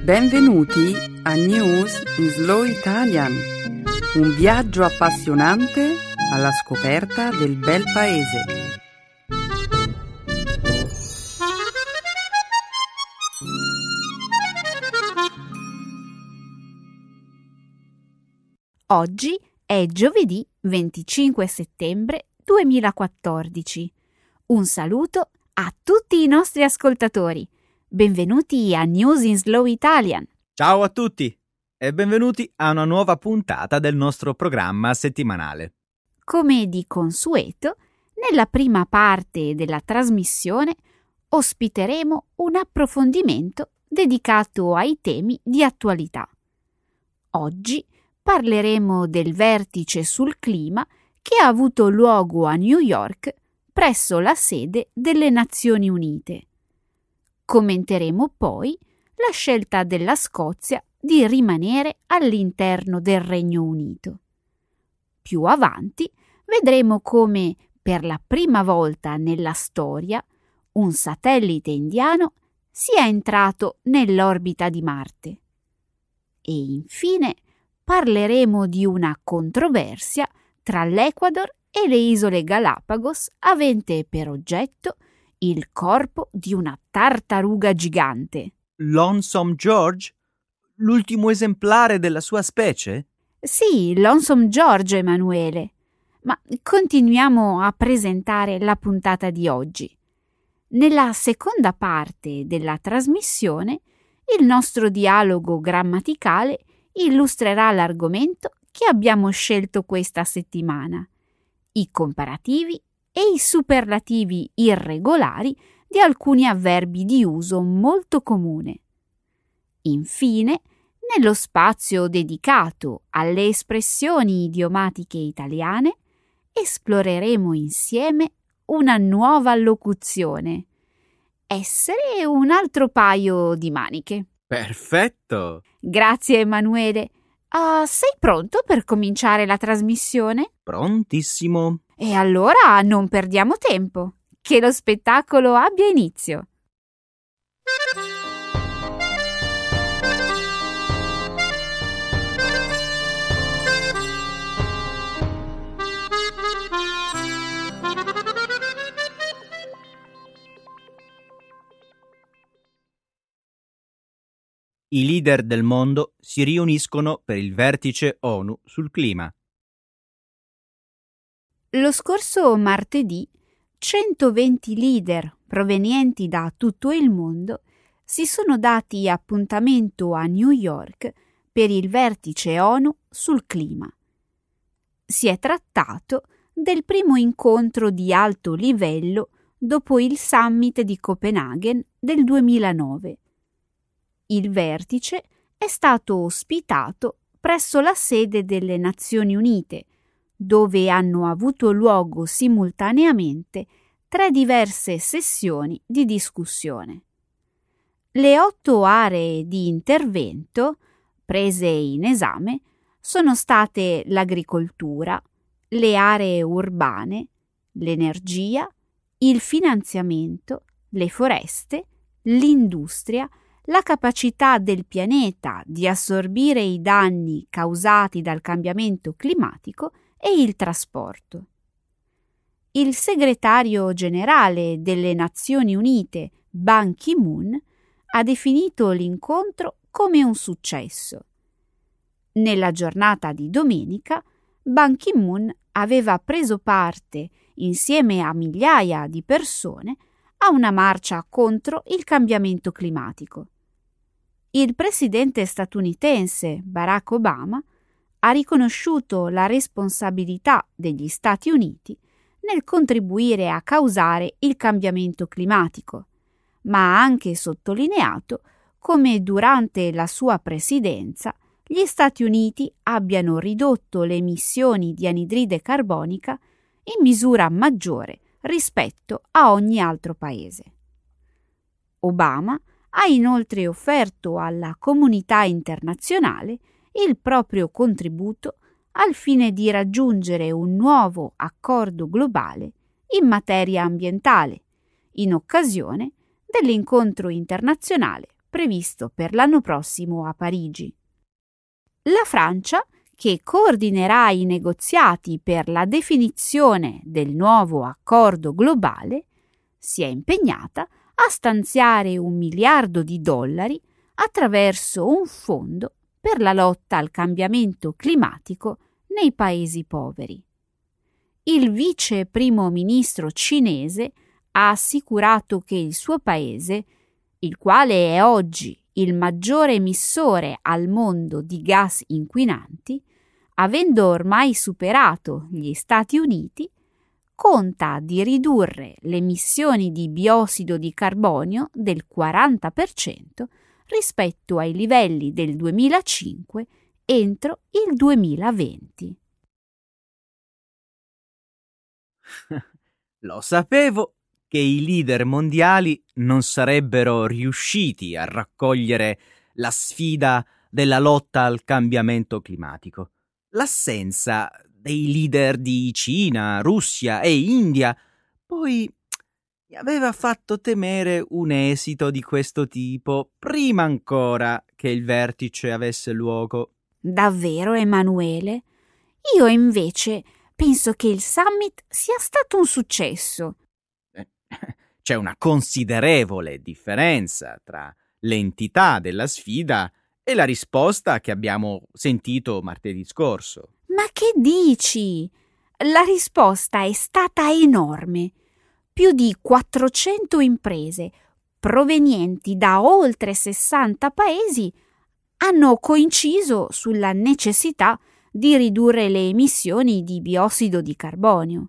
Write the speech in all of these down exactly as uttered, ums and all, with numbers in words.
Benvenuti a News in Slow Italian, un viaggio appassionante alla scoperta del bel paese. Oggi è giovedì venticinque settembre duemilaquattordici. Un saluto a tutti i nostri ascoltatori. Benvenuti a News in Slow Italian. Ciao a tutti e benvenuti a una nuova puntata del nostro programma settimanale. Come di consueto, nella prima parte della trasmissione ospiteremo un approfondimento dedicato ai temi di attualità. Oggi parleremo del vertice sul clima che ha avuto luogo a New York presso la sede delle Nazioni Unite. Commenteremo poi la scelta della Scozia di rimanere all'interno del Regno Unito. Più avanti vedremo come, per la prima volta nella storia, un satellite indiano sia entrato nell'orbita di Marte. E infine parleremo di una controversia tra l'Ecuador e le isole Galapagos avente per oggetto il corpo di una tartaruga gigante. Lonesome George? L'ultimo esemplare della sua specie? Sì, Lonesome George, Emanuele. Ma continuiamo a presentare la puntata di oggi. Nella seconda parte della trasmissione, il nostro dialogo grammaticale illustrerà l'argomento che abbiamo scelto questa settimana: i comparativi e i superlativi irregolari di alcuni avverbi di uso molto comune. Infine, nello spazio dedicato alle espressioni idiomatiche italiane, esploreremo insieme una nuova locuzione: essere un altro paio di maniche. Perfetto! Grazie, Emanuele. Uh, sei pronto per cominciare la trasmissione? Prontissimo! E allora non perdiamo tempo. Che lo spettacolo abbia inizio. I leader del mondo si riuniscono per il vertice ONU sul clima. Lo scorso martedì, centoventi leader provenienti da tutto il mondo si sono dati appuntamento a New York per il vertice ONU sul clima. Si è trattato del primo incontro di alto livello dopo il summit di Copenaghen del duemilanove. Il vertice è stato ospitato presso la sede delle Nazioni Unite, dove hanno avuto luogo simultaneamente tre diverse sessioni di discussione. Le otto aree di intervento prese in esame sono state l'agricoltura, le aree urbane, l'energia, il finanziamento, le foreste, l'industria, la capacità del pianeta di assorbire i danni causati dal cambiamento climatico e il trasporto. Il segretario generale delle Nazioni Unite, Ban Ki-moon, ha definito l'incontro come un successo. Nella giornata di domenica, Ban Ki-moon aveva preso parte, insieme a migliaia di persone, a una marcia contro il cambiamento climatico. Il presidente statunitense Barack Obama ha riconosciuto la responsabilità degli Stati Uniti nel contribuire a causare il cambiamento climatico, ma ha anche sottolineato come durante la sua presidenza gli Stati Uniti abbiano ridotto le emissioni di anidride carbonica in misura maggiore rispetto a ogni altro paese. Obama ha inoltre offerto alla comunità internazionale il proprio contributo al fine di raggiungere un nuovo accordo globale in materia ambientale, in occasione dell'incontro internazionale previsto per l'anno prossimo a Parigi. La Francia, che coordinerà i negoziati per la definizione del nuovo accordo globale, si è impegnata a stanziare un miliardo di dollari attraverso un fondo per la lotta al cambiamento climatico nei paesi poveri. Il vice primo ministro cinese ha assicurato che il suo paese, il quale è oggi il maggiore emittore al mondo di gas inquinanti, avendo ormai superato gli Stati Uniti, conta di ridurre le emissioni di biossido di carbonio del quaranta per cento rispetto ai livelli del duemilacinque entro il duemilaventi. Lo sapevo che i leader mondiali non sarebbero riusciti a raccogliere la sfida della lotta al cambiamento climatico. L'assenza dei leader di Cina, Russia e India poi mi aveva fatto temere un esito di questo tipo prima ancora che il vertice avesse luogo. Davvero, Emanuele? Io invece penso che il summit sia stato un successo. C'è una considerevole differenza tra l'entità della sfida e la risposta che abbiamo sentito martedì scorso. Ma che dici? La risposta è stata enorme. Più di quattrocento imprese provenienti da oltre sessanta paesi hanno coinciso sulla necessità di ridurre le emissioni di biossido di carbonio.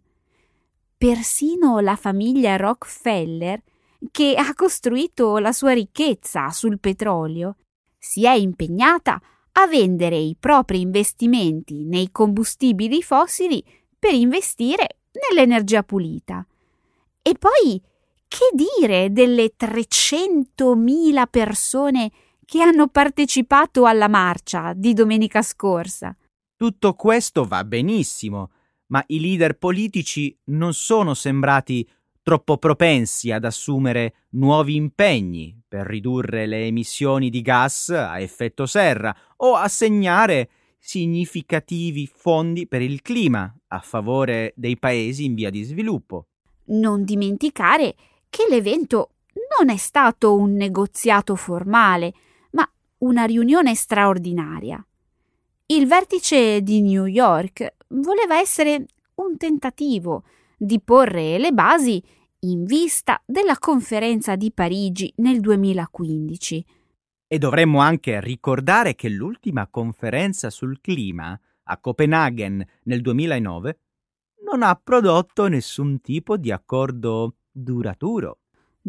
Persino la famiglia Rockefeller, che ha costruito la sua ricchezza sul petrolio, si è impegnata a vendere i propri investimenti nei combustibili fossili per investire nell'energia pulita. E poi, che dire delle trecentomila persone che hanno partecipato alla marcia di domenica scorsa? Tutto questo va benissimo, ma i leader politici non sono sembrati troppo propensi ad assumere nuovi impegni per ridurre le emissioni di gas a effetto serra o assegnare significativi fondi per il clima a favore dei paesi in via di sviluppo. Non dimenticare che l'evento non è stato un negoziato formale, ma una riunione straordinaria. Il vertice di New York voleva essere un tentativo di porre le basi in vista della conferenza di Parigi nel duemilaquindici. E dovremmo anche ricordare che l'ultima conferenza sul clima a Copenaghen nel duemilanove non ha prodotto nessun tipo di accordo duraturo.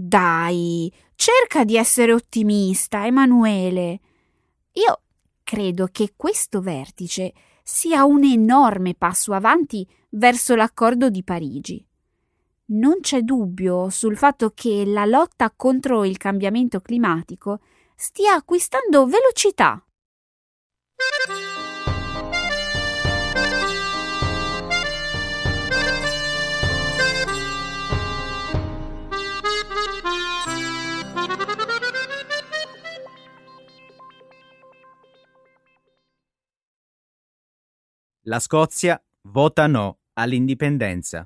Dai, cerca di essere ottimista, Emanuele. Io credo che questo vertice sia un enorme passo avanti verso l'accordo di Parigi. Non c'è dubbio sul fatto che la lotta contro il cambiamento climatico stia acquistando velocità. La Scozia vota no all'indipendenza.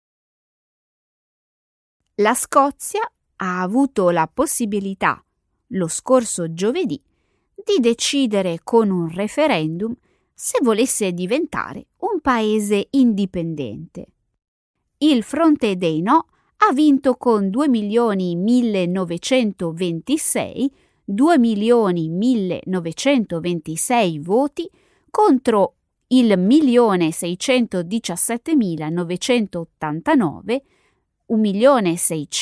La Scozia ha avuto la possibilità, lo scorso giovedì, di decidere con un referendum se volesse diventare un paese indipendente. Il fronte dei no ha vinto con due milioni millenovecentoventisei duemilionimillenovecentoventisei voti contro il milione seicentodiciassettemilanovecentoottantanove un milione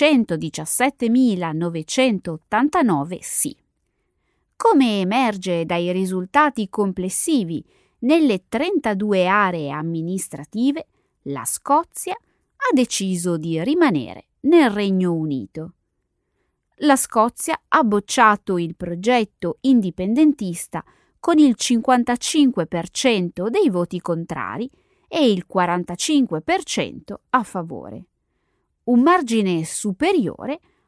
seicentodiciassettemilanovecentoottantanove sì. Come emerge dai risultati complessivi nelle trentadue aree amministrative, la Scozia ha deciso di rimanere nel Regno Unito. La Scozia ha bocciato il progetto indipendentista con il cinquantacinque per cento dei voti contrari e il quarantacinque per cento a favore. Un margine superiore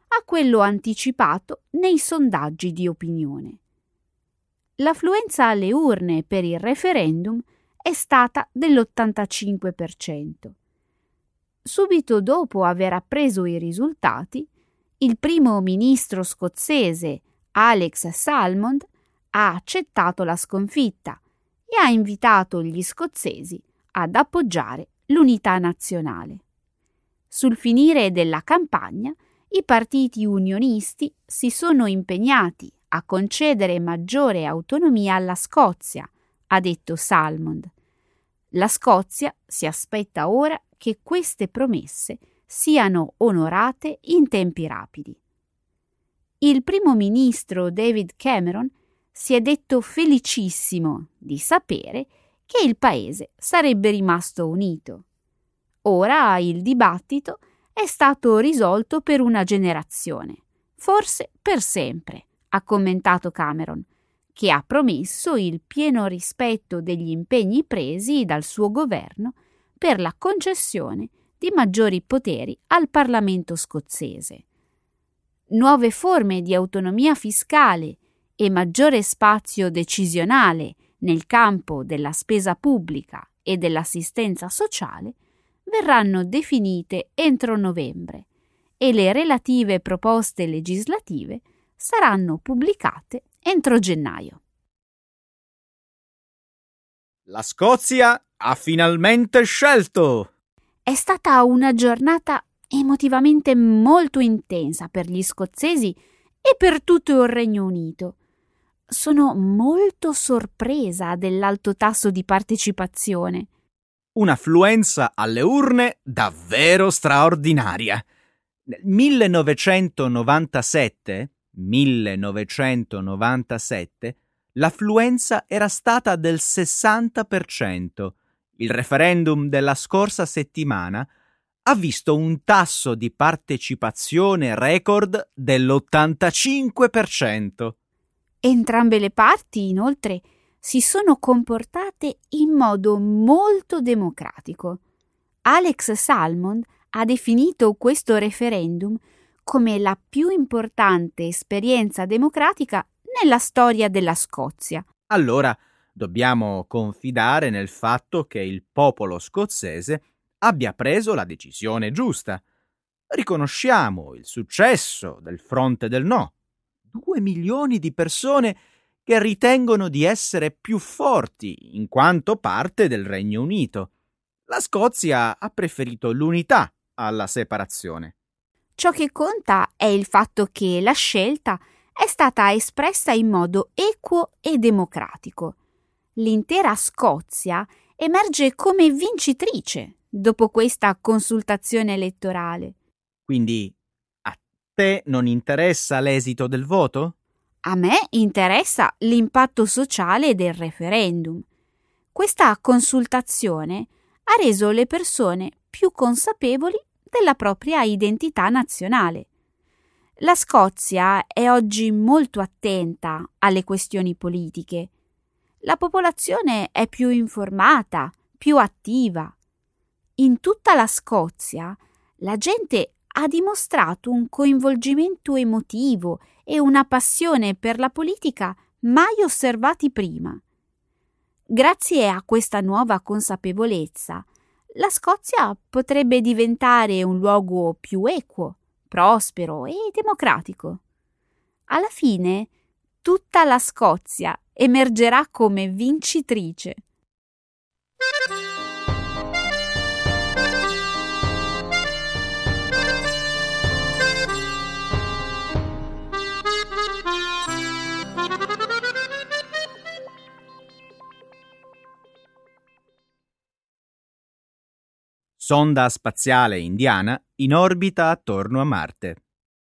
a quello anticipato nei sondaggi di opinione. L'affluenza alle urne per il referendum è stata dell'ottantacinque per cento. Subito dopo aver appreso i risultati, il primo ministro scozzese Alex Salmond ha accettato la sconfitta e ha invitato gli scozzesi ad appoggiare l'unità nazionale. Sul finire della campagna, i partiti unionisti si sono impegnati a concedere maggiore autonomia alla Scozia, ha detto Salmond. La Scozia si aspetta ora che queste promesse siano onorate in tempi rapidi. Il primo ministro David Cameron si è detto felicissimo di sapere che il paese sarebbe rimasto unito. Ora il dibattito è stato risolto per una generazione, forse per sempre, ha commentato Cameron, che ha promesso il pieno rispetto degli impegni presi dal suo governo per la concessione di maggiori poteri al Parlamento scozzese. Nuove forme di autonomia fiscale e maggiore spazio decisionale nel campo della spesa pubblica e dell'assistenza sociale verranno definite entro novembre e le relative proposte legislative saranno pubblicate entro gennaio. La Scozia ha finalmente scelto! È stata una giornata emotivamente molto intensa per gli scozzesi e per tutto il Regno Unito. Sono molto sorpresa dell'alto tasso di partecipazione. Un'affluenza alle urne davvero straordinaria. Nel millenovecentonovantasette, millenovecentonovantasette, l'affluenza era stata del sessanta per cento. Il referendum della scorsa settimana ha visto un tasso di partecipazione record dell'ottantacinque per cento. Entrambe le parti, inoltre, si sono comportate in modo molto democratico. Alex Salmond ha definito questo referendum come la più importante esperienza democratica nella storia della Scozia. Allora dobbiamo confidare nel fatto che il popolo scozzese abbia preso la decisione giusta. Riconosciamo il successo del fronte del no. Due milioni di persone che ritengono di essere più forti in quanto parte del Regno Unito. La Scozia ha preferito l'unità alla separazione. Ciò che conta è il fatto che la scelta è stata espressa in modo equo e democratico. L'intera Scozia emerge come vincitrice dopo questa consultazione elettorale. Quindi a te non interessa l'esito del voto? A me interessa l'impatto sociale del referendum. Questa consultazione ha reso le persone più consapevoli della propria identità nazionale. La Scozia è oggi molto attenta alle questioni politiche. La popolazione è più informata, più attiva. In tutta la Scozia la gente ha dimostrato un coinvolgimento emotivo e una passione per la politica mai osservati prima. Grazie a questa nuova consapevolezza, la Scozia potrebbe diventare un luogo più equo, prospero e democratico. Alla fine, tutta la Scozia emergerà come vincitrice. Sonda spaziale indiana in orbita attorno a Marte.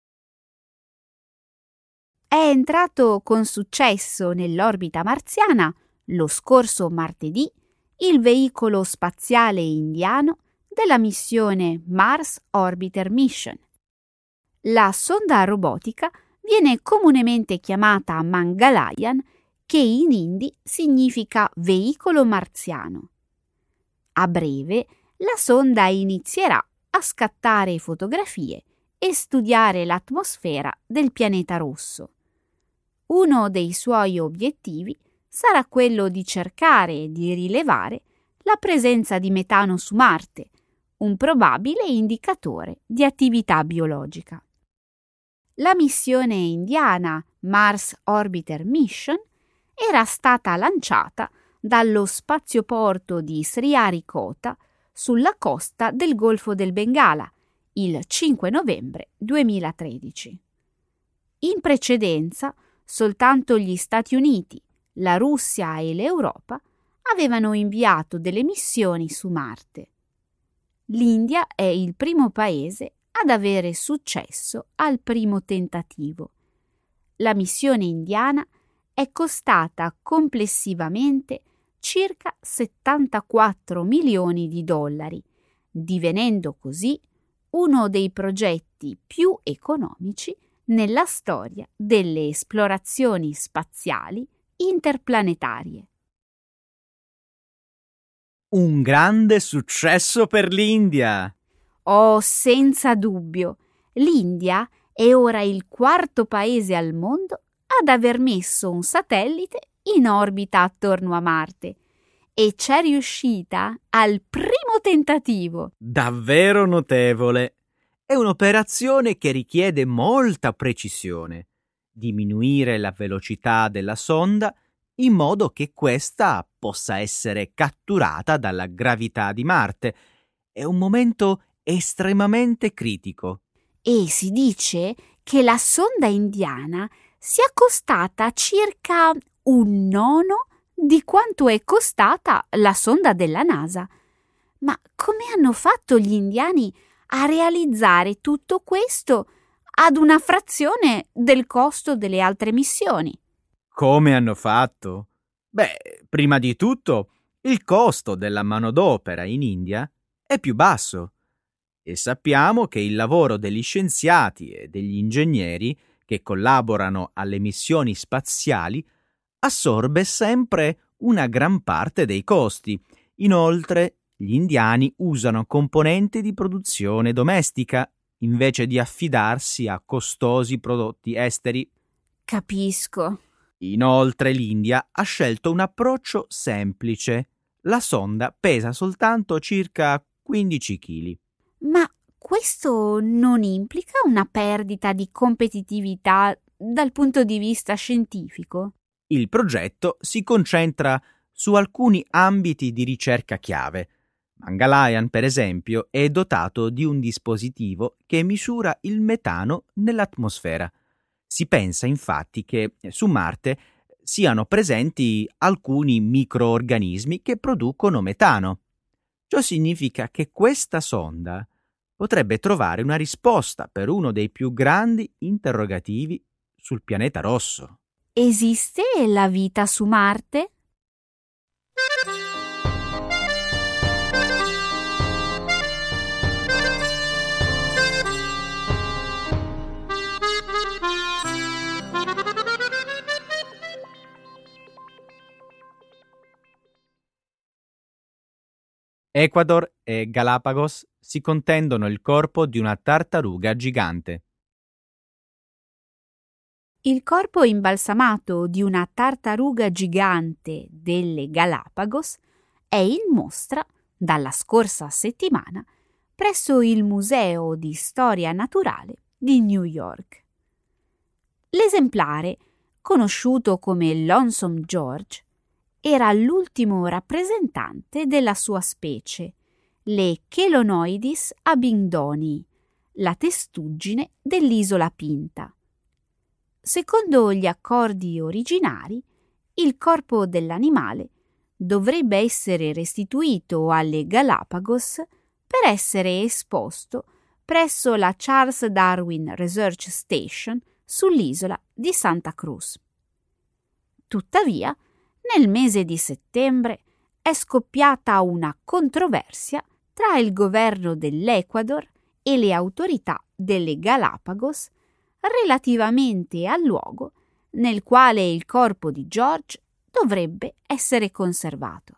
È entrato con successo nell'orbita marziana lo scorso martedì il veicolo spaziale indiano della missione Mars Orbiter Mission. La sonda robotica viene comunemente chiamata Mangalyaan, che in hindi significa veicolo marziano. A breve la sonda inizierà a scattare fotografie e studiare l'atmosfera del pianeta rosso. Uno dei suoi obiettivi sarà quello di cercare di rilevare la presenza di metano su Marte, un probabile indicatore di attività biologica. La missione indiana Mars Orbiter Mission era stata lanciata dallo spazioporto di Sriharikota sulla costa del Golfo del Bengala il cinque novembre duemilatredici. In precedenza, soltanto gli Stati Uniti, la Russia e l'Europa avevano inviato delle missioni su Marte. L'India è il primo paese ad avere successo al primo tentativo. La missione indiana è costata complessivamente circa settantaquattro milioni di dollari, divenendo così uno dei progetti più economici nella storia delle esplorazioni spaziali interplanetarie. Un grande successo per l'India! Oh, senza dubbio! L'India è ora il quarto paese al mondo ad aver messo un satellite in orbita attorno a Marte e c'è riuscita al primo tentativo. Davvero notevole! È un'operazione che richiede molta precisione. Diminuire la velocità della sonda in modo che questa possa essere catturata dalla gravità di Marte. È un momento estremamente critico. E si dice che la sonda indiana sia costata circa un nono di quanto è costata la sonda della NASA. Ma come hanno fatto gli indiani a realizzare tutto questo ad una frazione del costo delle altre missioni? Come hanno fatto? Beh, prima di tutto, il costo della manodopera in India è più basso e sappiamo che il lavoro degli scienziati e degli ingegneri che collaborano alle missioni spaziali assorbe sempre una gran parte dei costi. Inoltre, gli indiani usano componenti di produzione domestica invece di affidarsi a costosi prodotti esteri. Capisco. Inoltre l'India ha scelto un approccio semplice. La sonda pesa soltanto circa quindici chili. Ma questo non implica una perdita di competitività dal punto di vista scientifico? Il progetto si concentra su alcuni ambiti di ricerca chiave. Mangalyaan, per esempio, è dotato di un dispositivo che misura il metano nell'atmosfera. Si pensa infatti che su Marte siano presenti alcuni microorganismi che producono metano. Ciò significa che questa sonda potrebbe trovare una risposta per uno dei più grandi interrogativi sul pianeta rosso. Esiste la vita su Marte? Ecuador e Galapagos si contendono il corpo di una tartaruga gigante. Il corpo imbalsamato di una tartaruga gigante delle Galapagos è in mostra dalla scorsa settimana presso il Museo di Storia Naturale di New York. L'esemplare, conosciuto come Lonesome George, era l'ultimo rappresentante della sua specie, le Chelonoidis abingdonii, la testuggine dell'isola Pinta. Secondo gli accordi originari, il corpo dell'animale dovrebbe essere restituito alle Galapagos per essere esposto presso la Charles Darwin Research Station sull'isola di Santa Cruz. Tuttavia, nel mese di settembre è scoppiata una controversia tra il governo dell'Ecuador e le autorità delle Galapagos relativamente al luogo nel quale il corpo di George dovrebbe essere conservato.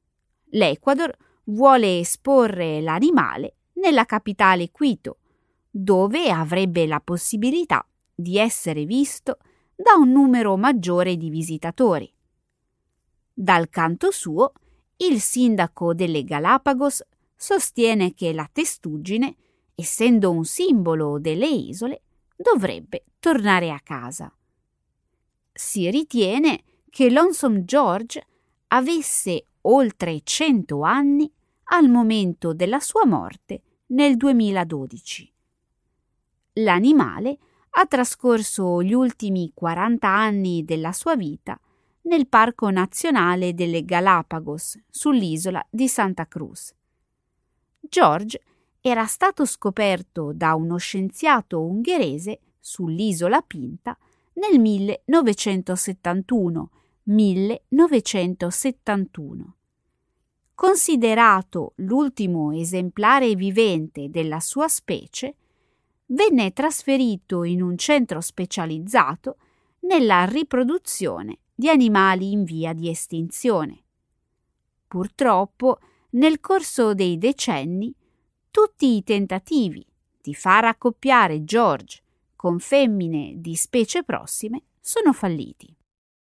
L'Ecuador vuole esporre l'animale nella capitale Quito, dove avrebbe la possibilità di essere visto da un numero maggiore di visitatori. Dal canto suo, il sindaco delle Galapagos sostiene che la testuggine, essendo un simbolo delle isole, dovrebbe tornare a casa. Si ritiene che Lonesome George avesse oltre cento anni al momento della sua morte nel duemiladodici. L'animale ha trascorso gli ultimi quaranta anni della sua vita nel Parco Nazionale delle Galapagos sull'isola di Santa Cruz. George era stato scoperto da uno scienziato ungherese sull'isola Pinta nel millenovecentosettantuno. millenovecentosettantuno. Considerato l'ultimo esemplare vivente della sua specie, venne trasferito in un centro specializzato nella riproduzione di animali in via di estinzione. Purtroppo, nel corso dei decenni, tutti i tentativi di far accoppiare George con femmine di specie prossime sono falliti.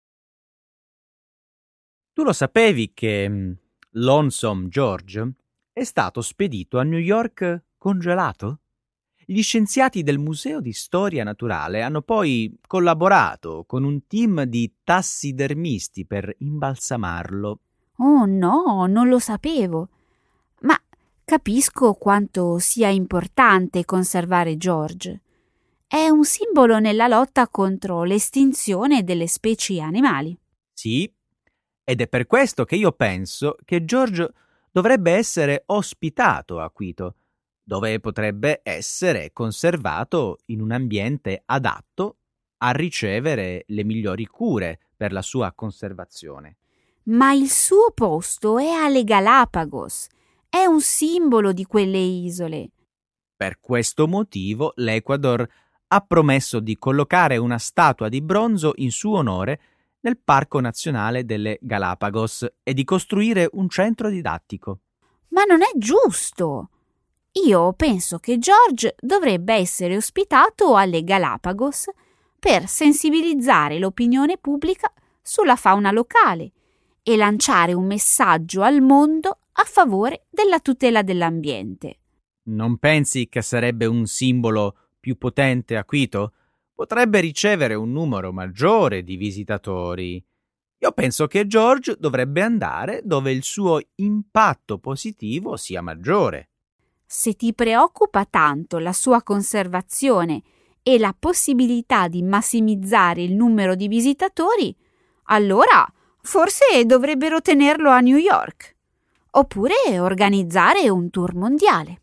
Tu lo sapevi che mh, Lonesome George è stato spedito a New York congelato? Gli scienziati del Museo di Storia Naturale hanno poi collaborato con un team di tassidermisti per imbalsamarlo. Oh no, non lo sapevo. Ma capisco quanto sia importante conservare George. È un simbolo nella lotta contro l'estinzione delle specie animali. Sì, ed è per questo che io penso che George dovrebbe essere ospitato a Quito, dove potrebbe essere conservato in un ambiente adatto a ricevere le migliori cure per la sua conservazione. Ma il suo posto è alle Galapagos. È un simbolo di quelle isole. Per questo motivo l'Ecuador ha promesso di collocare una statua di bronzo in suo onore nel Parco Nazionale delle Galapagos e di costruire un centro didattico. Ma non è giusto! Io penso che George dovrebbe essere ospitato alle Galapagos per sensibilizzare l'opinione pubblica sulla fauna locale e lanciare un messaggio al mondo a favore della tutela dell'ambiente. Non pensi che sarebbe un simbolo più potente a Quito? Potrebbe ricevere un numero maggiore di visitatori. Io penso che George dovrebbe andare dove il suo impatto positivo sia maggiore. Se ti preoccupa tanto la sua conservazione e la possibilità di massimizzare il numero di visitatori, allora forse dovrebbero tenerlo a New York, oppure organizzare un tour mondiale.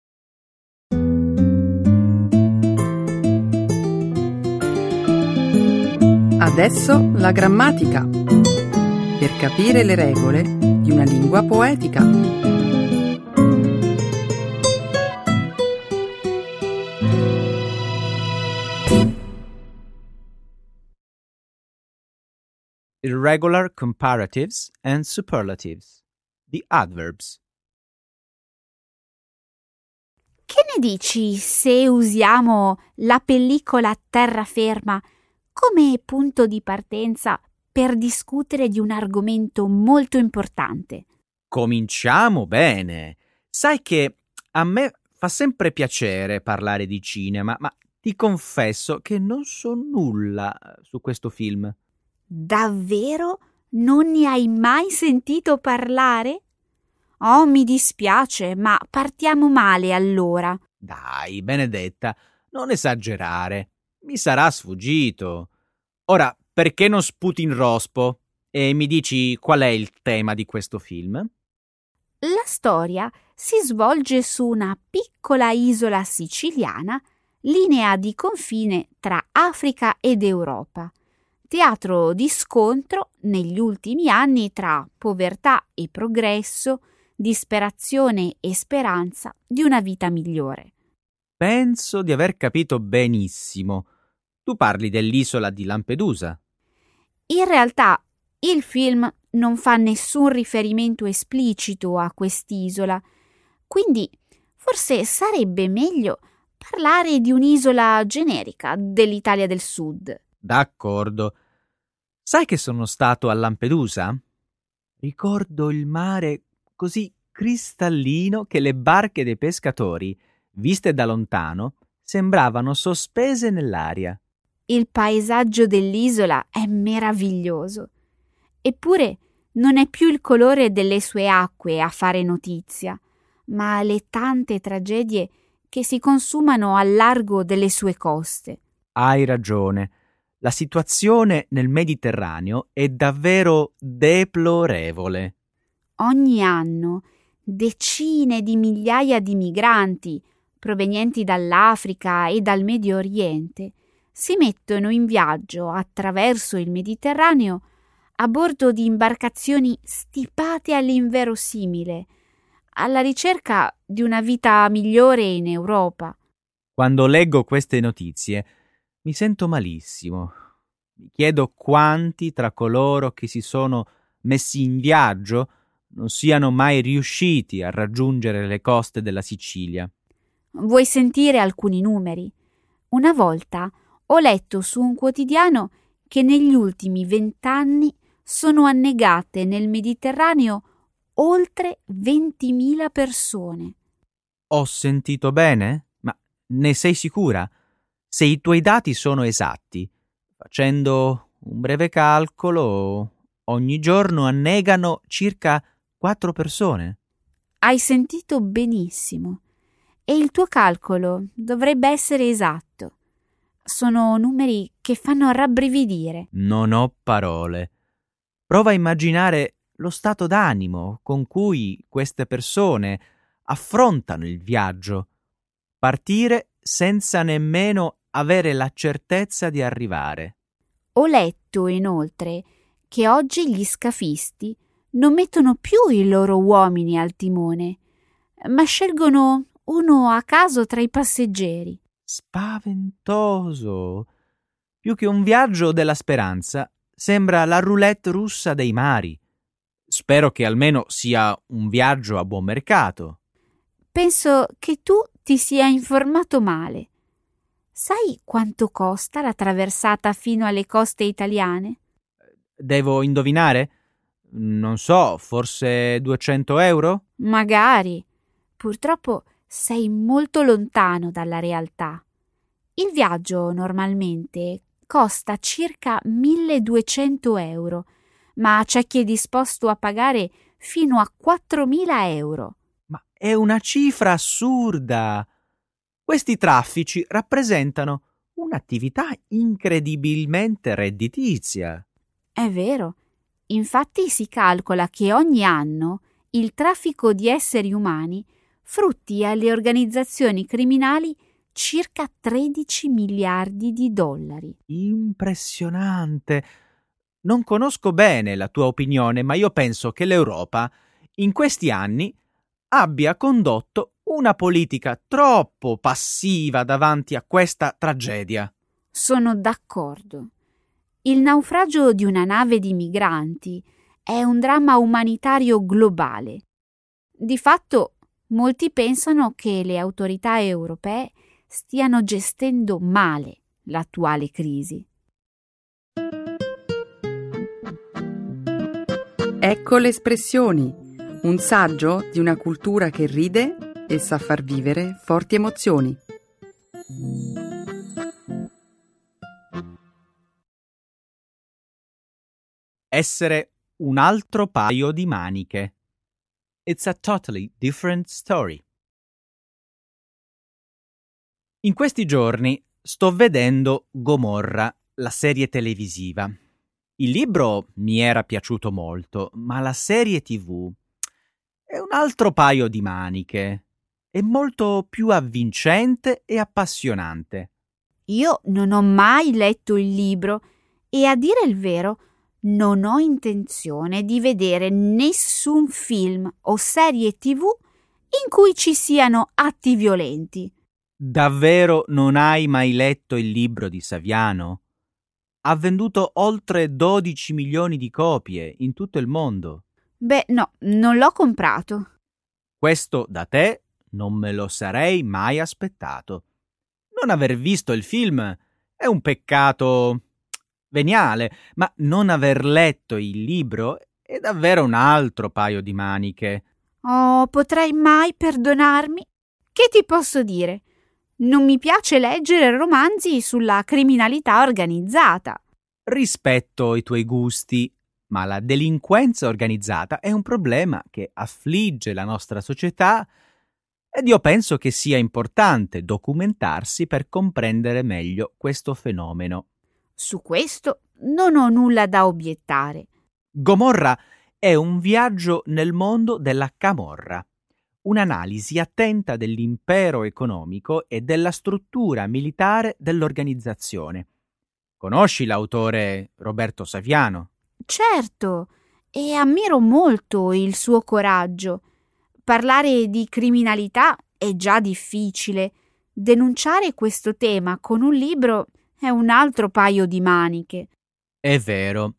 Adesso la grammatica, per capire le regole di una lingua poetica. Irregular comparatives and superlatives. The adverbs. Che ne dici se usiamo la pellicola terraferma come punto di partenza per discutere di un argomento molto importante? Cominciamo bene. Sai che a me fa sempre piacere parlare di cinema, ma ti confesso che non so nulla su questo film. Davvero? Non ne hai mai sentito parlare? Oh, mi dispiace, ma partiamo male allora. Dai, Benedetta, non esagerare. Mi sarà sfuggito. Ora, perché non sputi in rospo e mi dici qual è il tema di questo film? La storia si svolge su una piccola isola siciliana, linea di confine tra Africa ed Europa, teatro di scontro negli ultimi anni tra povertà e progresso, disperazione e speranza di una vita migliore. Penso di aver capito benissimo. Tu parli dell'isola di Lampedusa. In realtà il film non fa nessun riferimento esplicito a quest'isola, quindi forse sarebbe meglio parlare di un'isola generica dell'Italia del Sud. D'accordo. Sai che sono stato a Lampedusa? Ricordo il mare così cristallino che le barche dei pescatori, viste da lontano, sembravano sospese nell'aria. Il paesaggio dell'isola è meraviglioso. Eppure non è più il colore delle sue acque a fare notizia, ma le tante tragedie che si consumano al largo delle sue coste. Hai ragione. La situazione nel Mediterraneo è davvero deplorevole. Ogni anno decine di migliaia di migranti provenienti dall'Africa e dal Medio Oriente si mettono in viaggio attraverso il Mediterraneo a bordo di imbarcazioni stipate all'inverosimile, alla ricerca di una vita migliore in Europa. Quando leggo queste notizie mi sento malissimo. Mi chiedo quanti tra coloro che si sono messi in viaggio non siano mai riusciti a raggiungere le coste della Sicilia. Vuoi sentire alcuni numeri? Una volta ho letto su un quotidiano che negli ultimi vent'anni sono annegate nel Mediterraneo oltre ventimila persone. Ho sentito bene? Ma ne sei sicura? Se i tuoi dati sono esatti, facendo un breve calcolo, ogni giorno annegano circa quattro persone. Hai sentito benissimo. E il tuo calcolo dovrebbe essere esatto. Sono numeri che fanno rabbrividire. Non ho parole. Prova a immaginare lo stato d'animo con cui queste persone affrontano il viaggio. Partire senza nemmeno avere la certezza di arrivare. Ho letto inoltre che oggi gli scafisti non mettono più i loro uomini al timone, ma scelgono uno a caso tra i passeggeri. Spaventoso! Più che un viaggio della speranza, sembra la roulette russa dei mari. Spero che almeno sia un viaggio a buon mercato. Penso che tu ti sia informato male. Sai quanto costa la traversata fino alle coste italiane? Devo indovinare? Non so, forse duecento euro? Magari. Purtroppo sei molto lontano dalla realtà. Il viaggio normalmente costa circa milleduecento euro, ma c'è chi è disposto a pagare fino a quattromila euro. Ma è una cifra assurda! Questi traffici rappresentano un'attività incredibilmente redditizia. È vero. Infatti si calcola che ogni anno il traffico di esseri umani frutti alle organizzazioni criminali circa tredici miliardi di dollari. Impressionante! Non conosco bene la tua opinione, ma io penso che l'Europa in questi anni abbia condotto una politica troppo passiva davanti a questa tragedia. Sono d'accordo. Il naufragio di una nave di migranti è un dramma umanitario globale. Di fatto, molti pensano che le autorità europee stiano gestendo male l'attuale crisi. Ecco le espressioni, un saggio di una cultura che ride e sa far vivere forti emozioni. Essere un altro paio di maniche. It's a totally different story. In questi giorni sto vedendo Gomorra, la serie televisiva. Il libro mi era piaciuto molto, ma la serie tivù è un altro paio di maniche. È molto più avvincente e appassionante. Io non ho mai letto il libro e, a dire il vero, non ho intenzione di vedere nessun film o serie tivù in cui ci siano atti violenti. Davvero non hai mai letto il libro di Saviano? Ha venduto oltre dodici milioni di copie in tutto il mondo. Beh, no, non l'ho comprato. Questo da te non me lo sarei mai aspettato. Non aver visto il film è un peccato veniale, ma non aver letto il libro è davvero un altro paio di maniche. Oh, potrai mai perdonarmi? Che ti posso dire? Non mi piace leggere romanzi sulla criminalità organizzata. Rispetto i tuoi gusti, ma la delinquenza organizzata è un problema che affligge la nostra società ed io penso che sia importante documentarsi per comprendere meglio questo fenomeno. Su questo non ho nulla da obiettare. Gomorra è un viaggio nel mondo della camorra, un'analisi attenta dell'impero economico e della struttura militare dell'organizzazione. Conosci l'autore Roberto Saviano? Certo, e ammiro molto il suo coraggio. Parlare di criminalità è già difficile. Denunciare questo tema con un libro è un altro paio di maniche. È vero.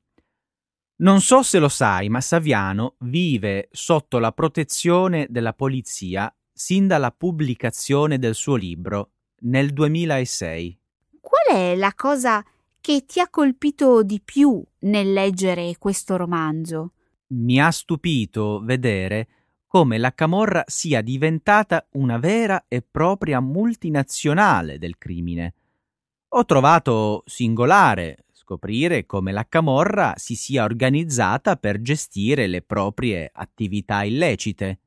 Non so se lo sai, ma Saviano vive sotto la protezione della polizia sin dalla pubblicazione del suo libro, nel duemilasei. Qual è la cosa che ti ha colpito di più nel leggere questo romanzo? Mi ha stupito vedere come la camorra sia diventata una vera e propria multinazionale del crimine. Ho trovato singolare scoprire come la camorra si sia organizzata per gestire le proprie attività illecite.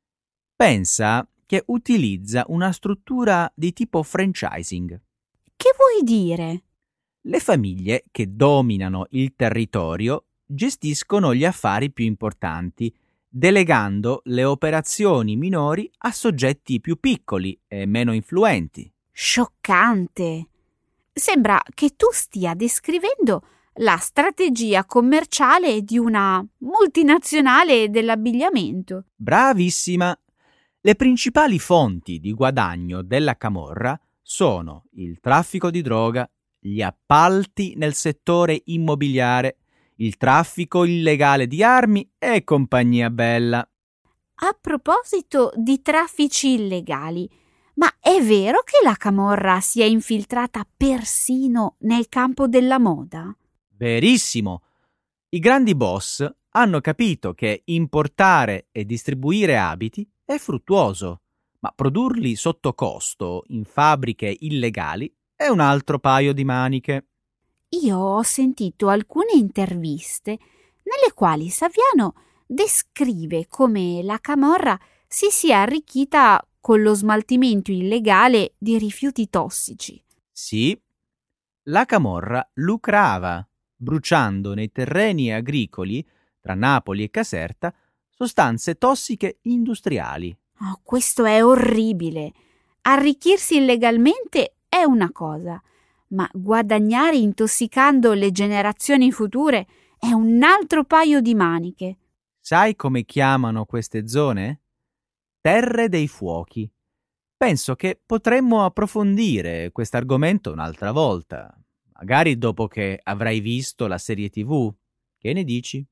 Pensa che utilizza una struttura di tipo franchising. Che vuoi dire? Le famiglie che dominano il territorio gestiscono gli affari più importanti, delegando le operazioni minori a soggetti più piccoli e meno influenti. Scioccante! Sembra che tu stia descrivendo la strategia commerciale di una multinazionale dell'abbigliamento. Bravissima! Le principali fonti di guadagno della camorra sono il traffico di droga, gli appalti nel settore immobiliare, il traffico illegale di armi e compagnia bella. A proposito di traffici illegali, ma è vero che la camorra si è infiltrata persino nel campo della moda? Verissimo! I grandi boss hanno capito che importare e distribuire abiti è fruttuoso, ma produrli sotto costo in fabbriche illegali è un altro paio di maniche. Io ho sentito alcune interviste nelle quali Saviano descrive come la camorra si sia arricchita con lo smaltimento illegale di rifiuti tossici. Sì, la camorra lucrava, bruciando nei terreni agricoli, tra Napoli e Caserta, sostanze tossiche industriali. Oh, questo è orribile. Arricchirsi illegalmente è una cosa, ma guadagnare intossicando le generazioni future è un altro paio di maniche. Sai come chiamano queste zone? Terre dei fuochi. Penso che potremmo approfondire quest'argomento un'altra volta, magari dopo che avrai visto la serie tivù. Che ne dici?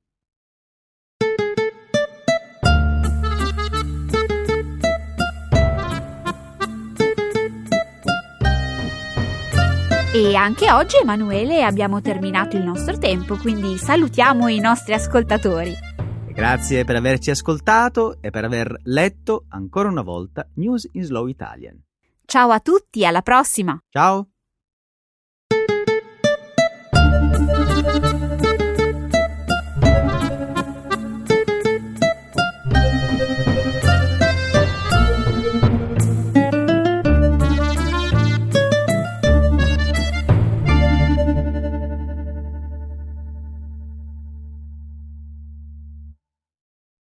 E anche oggi, Emanuele, abbiamo terminato il nostro tempo, quindi salutiamo i nostri ascoltatori. Grazie per averci ascoltato e per aver letto ancora una volta News in Slow Italian. Ciao a tutti, alla prossima! Ciao!